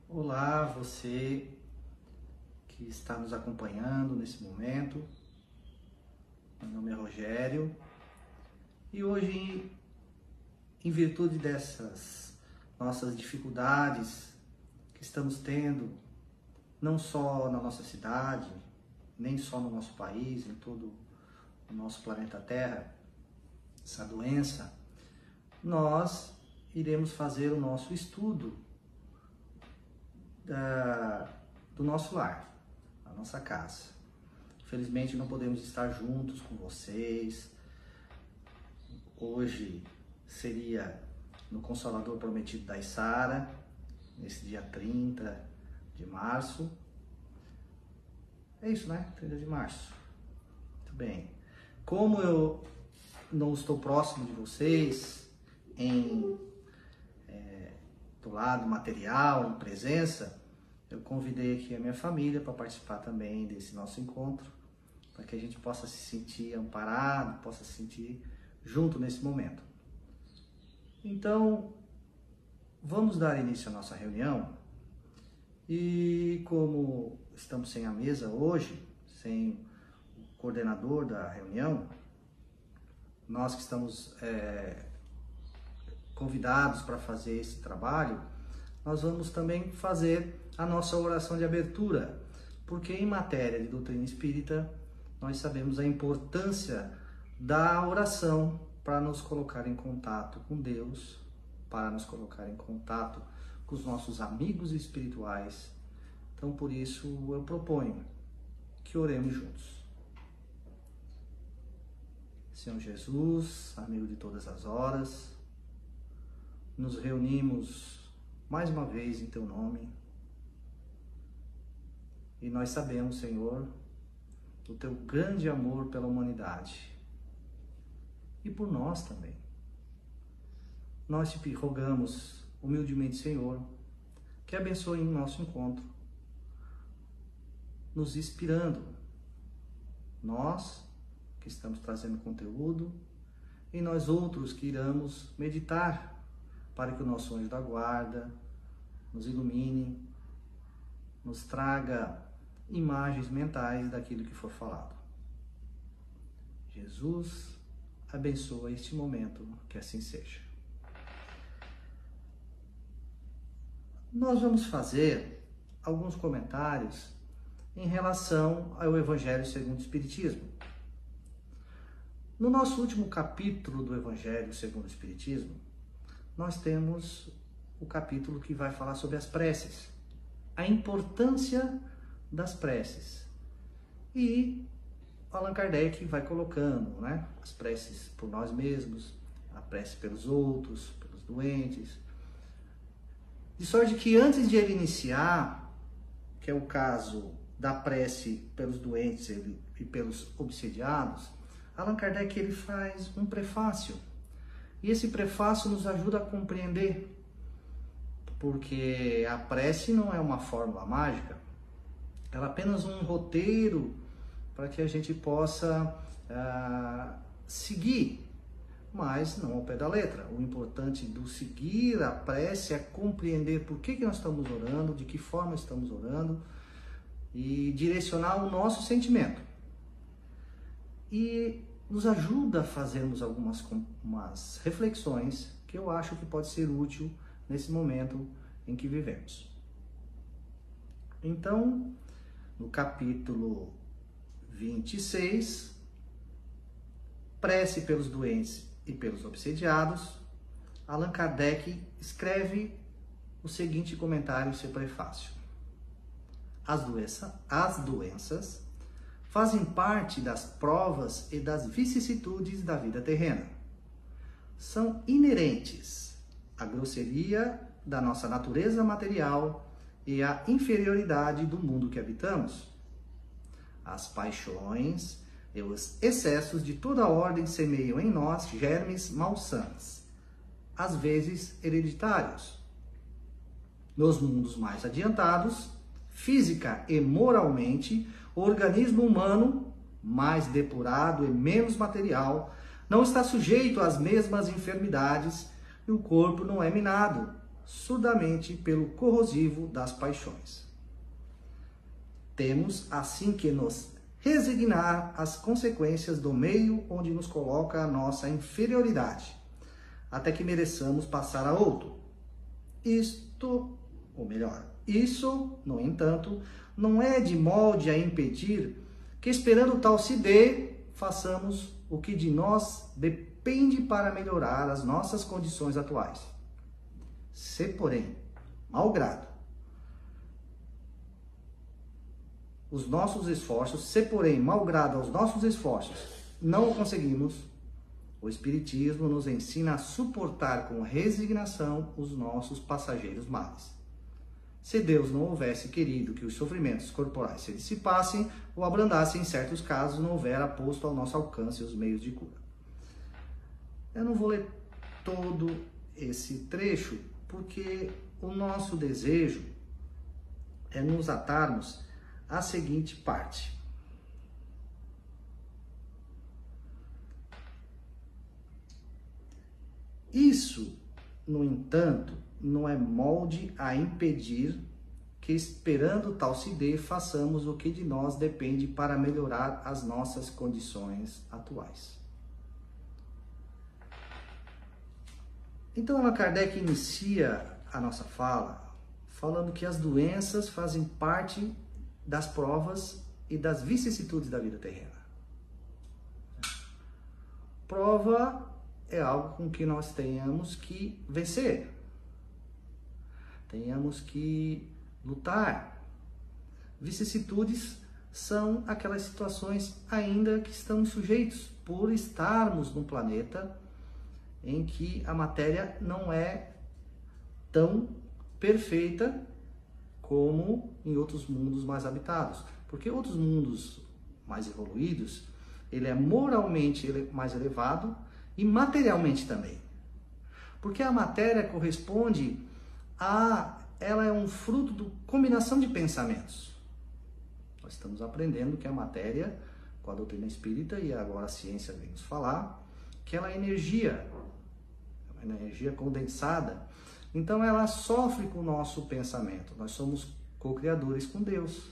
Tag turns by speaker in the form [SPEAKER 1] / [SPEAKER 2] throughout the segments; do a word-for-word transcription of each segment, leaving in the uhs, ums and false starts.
[SPEAKER 1] Olá, você que está nos acompanhando nesse momento. Meu nome é Rogério e hoje, em virtude dessas nossas dificuldades que estamos tendo, não só na nossa cidade, nem só no nosso país, em todo o nosso planeta Terra, essa doença, nós iremos fazer o nosso estudo da, do nosso lar, a nossa casa. Infelizmente não podemos estar juntos com vocês. Hoje seria no Consolador Prometido da Isara, nesse dia trinta de março. É isso, né? trinta de março. Muito bem. Como eu não estou próximo de vocês, em, é, do lado material, em presença, eu convidei aqui a minha família para participar também desse nosso encontro, para que a gente possa se sentir amparado, possa se sentir junto nesse momento. Então, vamos dar início à nossa reunião. E como estamos sem a mesa hoje, sem o coordenador da reunião, nós que estamos é, convidados para fazer esse trabalho, nós vamos também fazer a nossa oração de abertura, porque em matéria de doutrina espírita, nós sabemos a importância da oração para nos colocar em contato com Deus, para nos colocar em contato com os nossos amigos espirituais. Então, por isso, eu proponho que oremos juntos. Senhor Jesus, amigo de todas as horas, nos reunimos mais uma vez em Teu nome e nós sabemos, Senhor, do Teu grande amor pela humanidade e por nós também. Nós te rogamos humildemente, Senhor, que abençoe o nosso encontro, nos inspirando, nós que estamos trazendo conteúdo e nós outros que iremos meditar, para que o nosso anjo da guarda nos ilumine, nos traga imagens mentais daquilo que for falado. Jesus abençoa este momento, que assim seja. Nós vamos fazer alguns comentários em relação ao Evangelho segundo o Espiritismo. No nosso último capítulo do Evangelho segundo o Espiritismo, nós temos o capítulo que vai falar sobre as preces, a importância das preces. E Allan Kardec vai colocando, né, as preces por nós mesmos, a prece pelos outros, pelos doentes. De sorte que antes de ele iniciar, que é o caso da prece pelos doentes e pelos obsediados, Allan Kardec ele faz um prefácio. E esse prefácio nos ajuda a compreender, porque a prece não é uma fórmula mágica, ela é apenas um roteiro para que a gente possa ah, seguir, mas não ao pé da letra. O importante do seguir a prece é compreender por que, que nós estamos orando, de que forma estamos orando e direcionar o nosso sentimento. E nos ajuda a fazermos algumas umas reflexões que eu acho que pode ser útil nesse momento em que vivemos. Então, no capítulo vinte e seis, prece pelos doentes e pelos obsediados, Allan Kardec escreve o seguinte comentário em seu prefácio. As, doença, as doenças fazem parte das provas e das vicissitudes da vida terrena. São inerentes à grosseria da nossa natureza material e à inferioridade do mundo que habitamos. As paixões e os excessos de toda ordem semeiam em nós germes malsãs, às vezes hereditários. Nos mundos mais adiantados, física e moralmente, o organismo humano, mais depurado e menos material, não está sujeito às mesmas enfermidades e o corpo não é minado, surdamente pelo corrosivo das paixões. Temos, assim, que nos resignar às consequências do meio onde nos coloca a nossa inferioridade, até que mereçamos passar a outro. Isto, ou melhor, isso, no entanto, não é de molde a impedir que, esperando tal se dê, façamos o que de nós depende para melhorar as nossas condições atuais. Se, porém, malgrado os nossos esforços, se, porém, malgrado aos nossos esforços, não o conseguimos, o Espiritismo nos ensina a suportar com resignação os nossos passageiros males. Se Deus não houvesse querido que os sofrimentos corporais se dissipassem ou abrandassem em certos casos, não houvera posto ao nosso alcance os meios de cura. Eu não vou ler todo esse trecho, porque o nosso desejo é nos atarmos à seguinte parte. Isso, no entanto, não é molde a impedir que, esperando tal se dê, façamos o que de nós depende para melhorar as nossas condições atuais. Então, Allan Kardec inicia a nossa fala falando que as doenças fazem parte das provas e das vicissitudes da vida terrena. Prova é algo com que nós tenhamos que vencer, tenhamos que lutar. Vicissitudes são aquelas situações ainda que estamos sujeitos por estarmos num planeta em que a matéria não é tão perfeita como em outros mundos mais habitados. Porque outros mundos mais evoluídos, ele é moralmente mais elevado e materialmente também. Porque a matéria corresponde a... ela é um fruto de combinação de pensamentos. Nós estamos aprendendo que a matéria, com a doutrina espírita, e agora a ciência vem nos falar, que ela é energia, é uma energia condensada. Então ela sofre com o nosso pensamento. Nós somos co-criadores com Deus.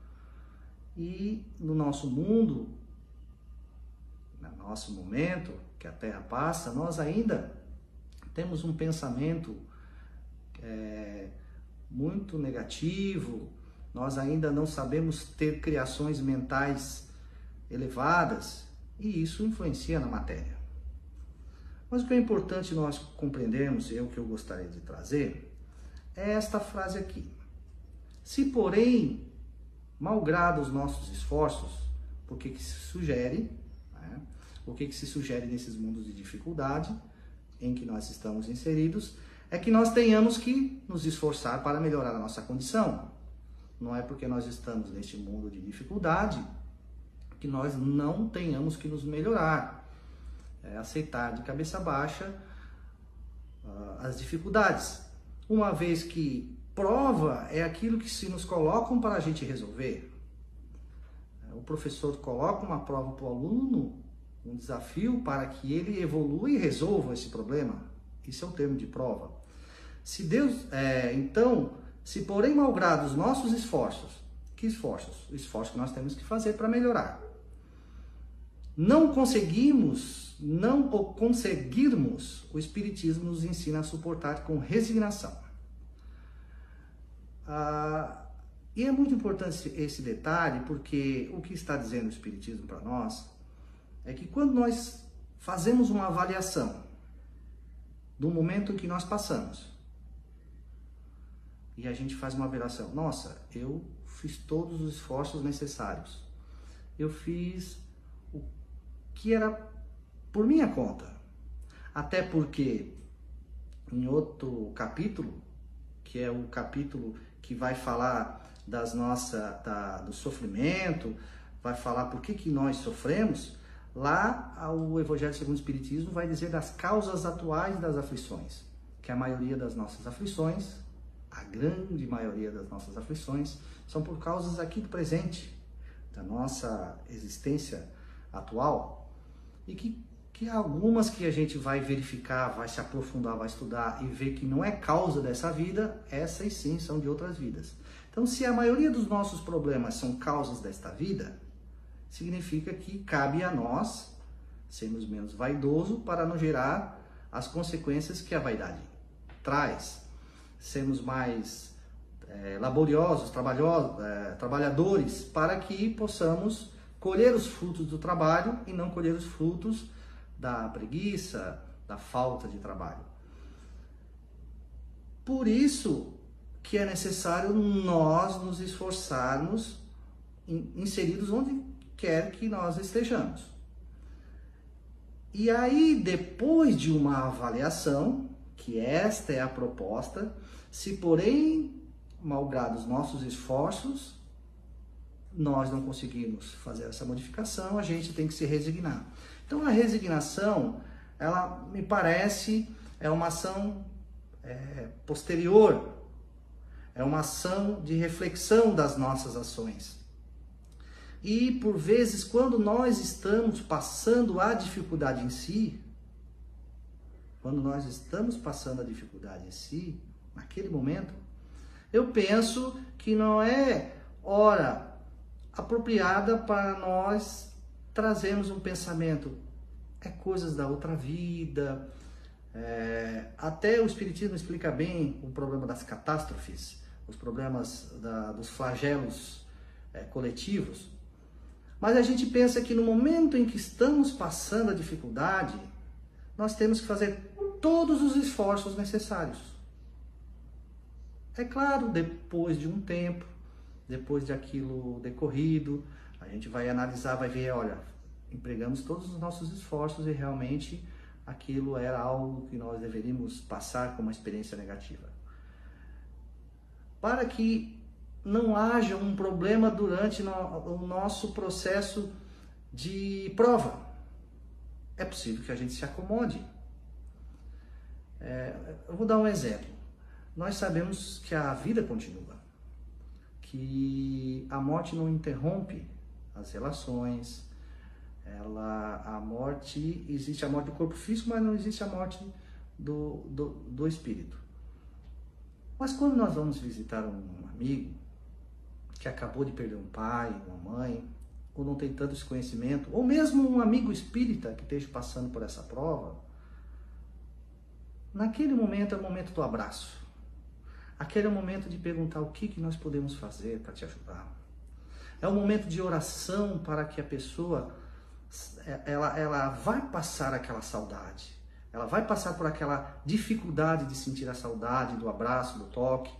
[SPEAKER 1] E no nosso mundo, no nosso momento, que a Terra passa, nós ainda temos um pensamento é, muito negativo, nós ainda não sabemos ter criações mentais elevadas, e isso influencia na matéria. Mas o que é importante nós compreendermos, e é o que eu gostaria de trazer, é esta frase aqui. Se, porém, malgrado os nossos esforços, por que que se sugere, né? O que que se sugere nesses mundos de dificuldade em que nós estamos inseridos, é que nós tenhamos que nos esforçar para melhorar a nossa condição. Não é porque nós estamos neste mundo de dificuldade que nós não tenhamos que nos melhorar. É aceitar de cabeça baixa uh, as dificuldades. Uma vez que prova é aquilo que se nos colocam para a gente resolver. O professor coloca uma prova para o aluno, um desafio para que ele evolua e resolva esse problema. Isso é o termo de prova. Se Deus, é, então, se porém malgrado os nossos esforços, que esforços? O esforço que nós temos que fazer para melhorar. Não conseguimos, não o conseguirmos, o Espiritismo nos ensina a suportar com resignação. Ah, e é muito importante esse detalhe, porque o que está dizendo o Espiritismo para nós é que quando nós fazemos uma avaliação do momento em que nós passamos, e a gente faz uma avaliação, nossa, eu fiz todos os esforços necessários, eu fiz o que era por minha conta, até porque em outro capítulo, que é o capítulo que vai falar das nossa, da, do sofrimento, vai falar por que que nós sofremos, lá o Evangelho segundo o Espiritismo vai dizer das causas atuais das aflições, que a maioria das nossas aflições, a grande maioria das nossas aflições, são por causas aqui do presente, da nossa existência atual, e que que algumas que a gente vai verificar, vai se aprofundar, vai estudar e ver que não é causa dessa vida, essas sim são de outras vidas. Então, se a maioria dos nossos problemas são causas desta vida, significa que cabe a nós sermos menos vaidosos para não gerar as consequências que a vaidade traz. Sermos mais é, laboriosos, trabalhosos, é, trabalhadores, para que possamos colher os frutos do trabalho e não colher os frutos da preguiça, da falta de trabalho. Por isso que é necessário nós nos esforçarmos inseridos onde quer que nós estejamos. E aí, depois de uma avaliação, que esta é a proposta, se porém, malgrado os nossos esforços, nós não conseguimos fazer essa modificação, a gente tem que se resignar. Então, a resignação, ela me parece, é uma ação é, posterior, é uma ação de reflexão das nossas ações. E, por vezes, quando nós estamos passando a dificuldade em si, quando nós estamos passando a dificuldade em si, naquele momento, eu penso que não é hora apropriada para nós trazermos um pensamento, é coisas da outra vida, é, até o Espiritismo explica bem o problema das catástrofes, os problemas da, dos flagelos é, coletivos, mas a gente pensa que no momento em que estamos passando a dificuldade, nós temos que fazer todos os esforços necessários. É claro, depois de um tempo, depois de aquilo decorrido, a gente vai analisar, vai ver, olha, empregamos todos os nossos esforços e realmente aquilo era algo que nós deveríamos passar como uma experiência negativa. Para que não haja um problema durante o nosso processo de prova. É possível que a gente se acomode. É, eu vou dar um exemplo. Nós sabemos que a vida continua, que a morte não interrompe as relações, ela, a morte, existe a morte do corpo físico, mas não existe a morte do, do, do espírito. Mas quando nós vamos visitar um amigo que acabou de perder um pai, uma mãe, ou não tem tanto esse conhecimento, ou mesmo um amigo espírita que esteja passando por essa prova, naquele momento é o momento do abraço. Aquele é o momento de perguntar o que, que nós podemos fazer para te ajudar. É o momento de oração para que a pessoa, ela, ela vai passar aquela saudade. Ela vai passar por aquela dificuldade de sentir a saudade, do abraço, do toque.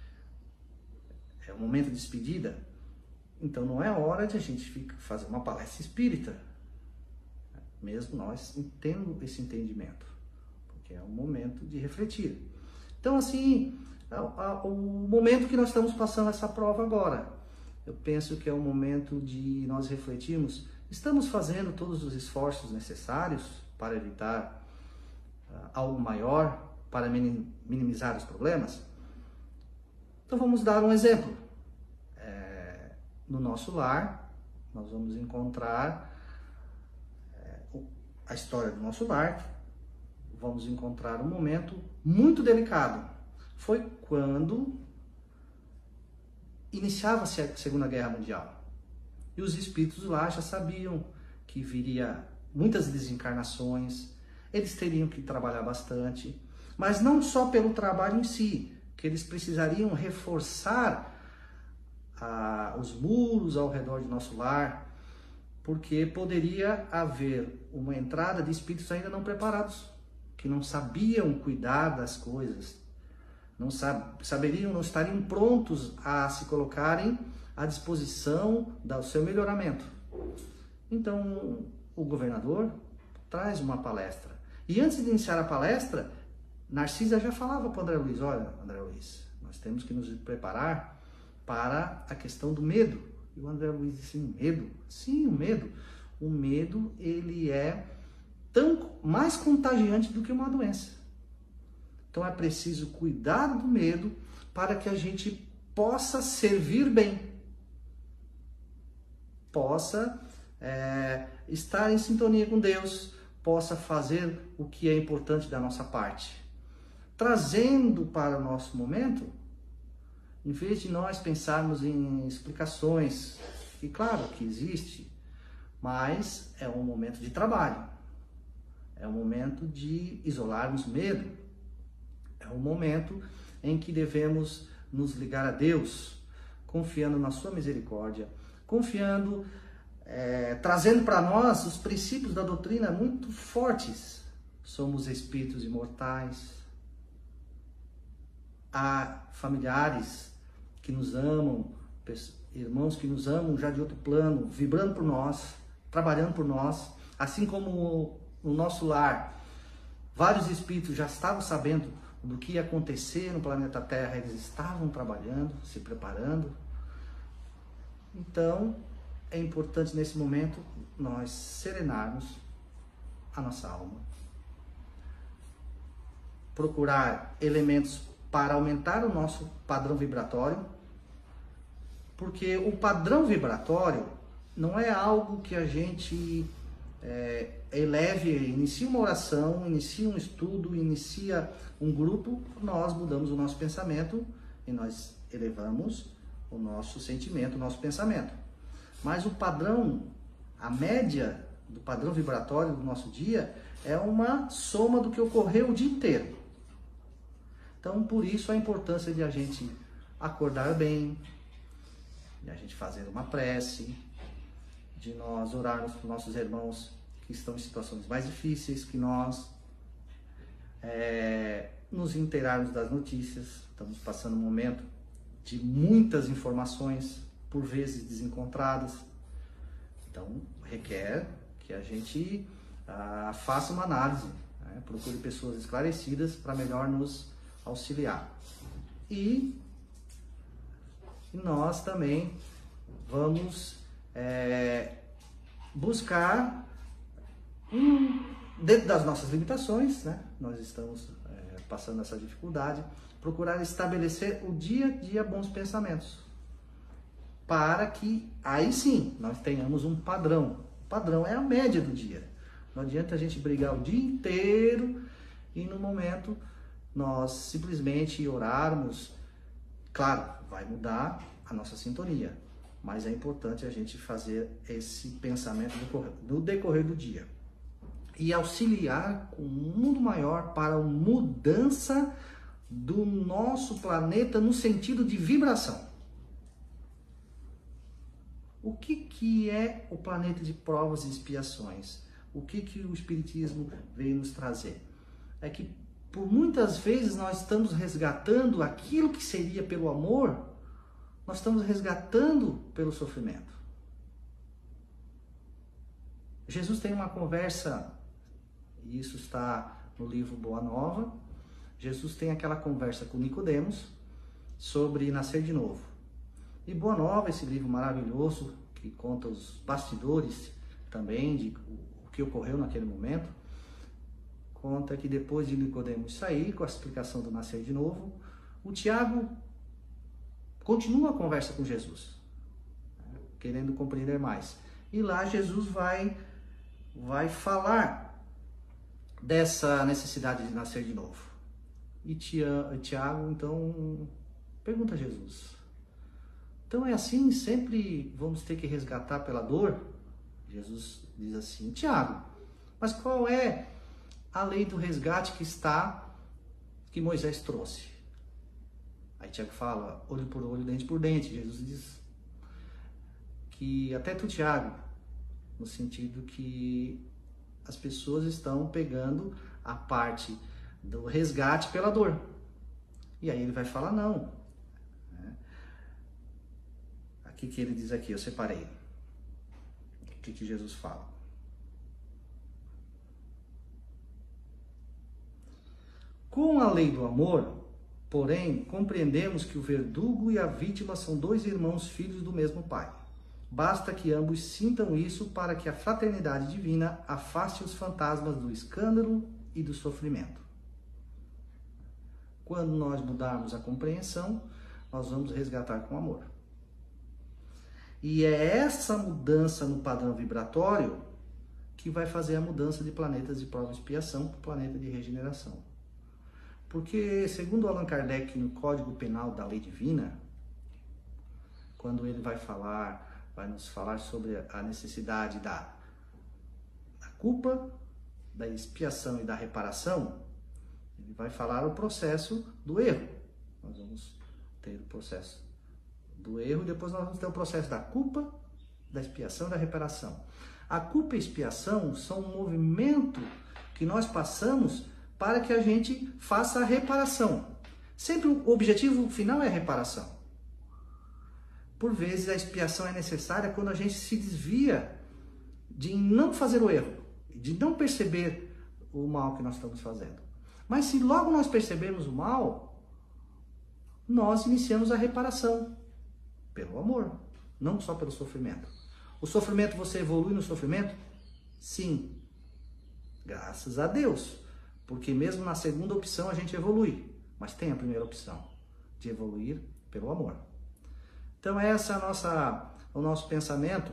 [SPEAKER 1] É um momento de despedida. Então não é hora de a gente fazer uma palestra espírita. Mesmo nós tendo esse entendimento. Porque é um momento de refletir. Então assim, o momento que nós estamos passando essa prova agora, eu penso que é o momento de nós refletirmos, estamos fazendo todos os esforços necessários para evitar uh, algo maior, para minimizar os problemas? Então vamos dar um exemplo. É, no nosso lar, nós vamos encontrar é, a história do nosso lar, vamos encontrar um momento muito delicado. Foi quando iniciava-se a Segunda Guerra Mundial. E os espíritos lá já sabiam que viria muitas desencarnações, eles teriam que trabalhar bastante, mas não só pelo trabalho em si, que eles precisariam reforçar ah, os muros ao redor de nosso lar, porque poderia haver uma entrada de espíritos ainda não preparados, que não sabiam cuidar das coisas, não sab saberiam, não estariam prontos a se colocarem à disposição do seu melhoramento. Então, o governador traz uma palestra. E antes de iniciar a palestra, Narcisa já falava para o André Luiz, olha, André Luiz, nós temos que nos preparar para a questão do medo. E o André Luiz disse, medo? Sim, o medo. O medo, ele é tão mais contagiante do que uma doença. Então é preciso cuidar do medo para que a gente possa servir bem, possa é, estar em sintonia com Deus, possa fazer o que é importante da nossa parte, trazendo para o nosso momento, em vez de nós pensarmos em explicações, e claro que existe, mas é um momento de trabalho, é um momento de isolarmos medo, é um momento em que devemos nos ligar a Deus, confiando na sua misericórdia, confiando, é, trazendo para nós os princípios da doutrina muito fortes. Somos espíritos imortais, há familiares que nos amam, irmãos que nos amam já de outro plano, vibrando por nós, trabalhando por nós, assim como no nosso lar, vários espíritos já estavam sabendo do que ia acontecer no planeta Terra, eles estavam trabalhando, se preparando. Então, é importante nesse momento nós serenarmos a nossa alma, procurar elementos para aumentar o nosso padrão vibratório, porque o padrão vibratório não é algo que a gente é, eleve, inicia uma oração, inicia um estudo, inicia um grupo, nós mudamos o nosso pensamento e nós elevamos o nosso sentimento, o nosso pensamento. Mas o padrão, a média do padrão vibratório do nosso dia é uma soma do que ocorreu o dia inteiro. Então, por isso a importância de a gente acordar bem, de a gente fazer uma prece, de nós orarmos para os nossos irmãos que estão em situações mais difíceis que nós, é, nos inteirarmos das notícias. Estamos passando um momento de muitas informações, por vezes desencontradas. Então, requer que a gente ah, faça uma análise, né? Procure pessoas esclarecidas para melhor nos auxiliar. E nós também vamos é, buscar, um, dentro das nossas limitações, né? Nós estamos é, passando essa dificuldade, procurar estabelecer o dia a dia bons pensamentos, para que aí sim nós tenhamos um padrão. O padrão é a média do dia. Não adianta a gente brigar o dia inteiro e no momento nós simplesmente orarmos. Claro, vai mudar a nossa sintonia, mas é importante a gente fazer esse pensamento no decorrer do dia e auxiliar com um mundo maior para a mudança do nosso planeta no sentido de vibração. O que, que é o planeta de provas e expiações? O que, que o Espiritismo veio nos trazer? É que por muitas vezes nós estamos resgatando aquilo que seria pelo amor, nós estamos resgatando pelo sofrimento. Jesus tem uma conversa, e isso está no livro Boa Nova. Jesus tem aquela conversa com Nicodemos sobre nascer de novo. E Boa Nova, esse livro maravilhoso, que conta os bastidores também de o que ocorreu naquele momento, conta que depois de Nicodemos sair com a explicação do nascer de novo, o Tiago continua a conversa com Jesus, querendo compreender mais. E lá Jesus vai, vai falar dessa necessidade de nascer de novo. E Tiago, então, pergunta a Jesus: então é assim, sempre vamos ter que resgatar pela dor? Jesus diz assim: Tiago, mas qual é a lei do resgate que está, que Moisés trouxe? Aí Tiago fala, olho por olho, dente por dente. Jesus diz que até tu, Tiago, no sentido que as pessoas estão pegando a parte do resgate pela dor. E aí ele vai falar não. O que, que ele diz aqui? Eu separei. O que, que Jesus fala? Com a lei do amor, porém, compreendemos que o verdugo e a vítima são dois irmãos filhos do mesmo Pai. Basta que ambos sintam isso para que a fraternidade divina afaste os fantasmas do escândalo e do sofrimento. Quando nós mudarmos a compreensão, nós vamos resgatar com amor. E é essa mudança no padrão vibratório que vai fazer a mudança de planetas de prova e expiação para o planeta de regeneração. Porque, segundo Allan Kardec, no Código Penal da Lei Divina, quando ele vai falar, vai nos falar sobre a necessidade da, da culpa, da expiação e da reparação, ele vai falar o processo do erro. Nós vamos ter o processo do erro e depois nós vamos ter o processo da culpa, da expiação e da reparação. A culpa e a expiação são um movimento que nós passamos para que a gente faça a reparação. Sempre o objetivo final é a reparação. Por vezes a expiação é necessária quando a gente se desvia de não fazer o erro, de não perceber o mal que nós estamos fazendo. Mas se logo nós percebemos o mal, nós iniciamos a reparação pelo amor, não só pelo sofrimento. O sofrimento, você evolui no sofrimento? Sim, graças a Deus. Porque mesmo na segunda opção a gente evolui, mas tem a primeira opção, de evoluir pelo amor. Então essa é a nossa, o nosso pensamento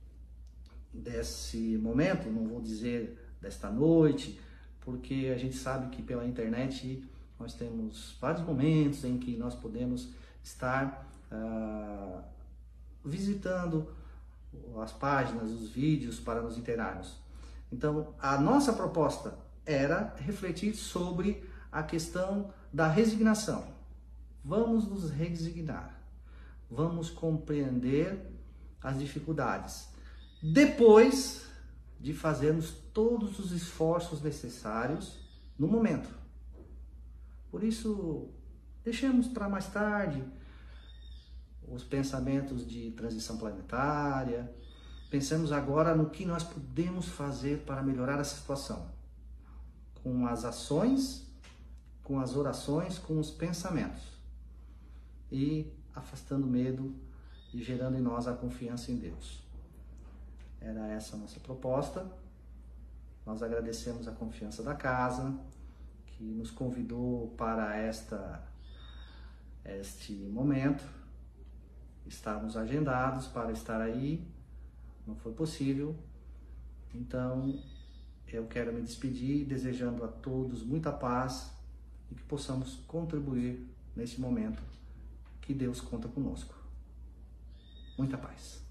[SPEAKER 1] desse momento, não vou dizer desta noite, porque a gente sabe que pela internet nós temos vários momentos em que nós podemos estar ah, visitando as páginas, os vídeos para nos interarmos. Então a nossa proposta era refletir sobre a questão da resignação. Vamos nos resignar. Vamos compreender as dificuldades. Depois de fazermos todos os esforços necessários no momento. Por isso, deixemos para mais tarde os pensamentos de transição planetária. Pensemos agora no que nós podemos fazer para melhorar essa situação. Com as ações, com as orações, com os pensamentos. E afastando o medo e gerando em nós a confiança em Deus. Era essa a nossa proposta. Nós agradecemos a confiança da casa, que nos convidou para esta, este momento. Estávamos agendados para estar aí, não foi possível. Então, eu quero me despedir desejando a todos muita paz e que possamos contribuir nesse momento que Deus conta conosco. Muita paz.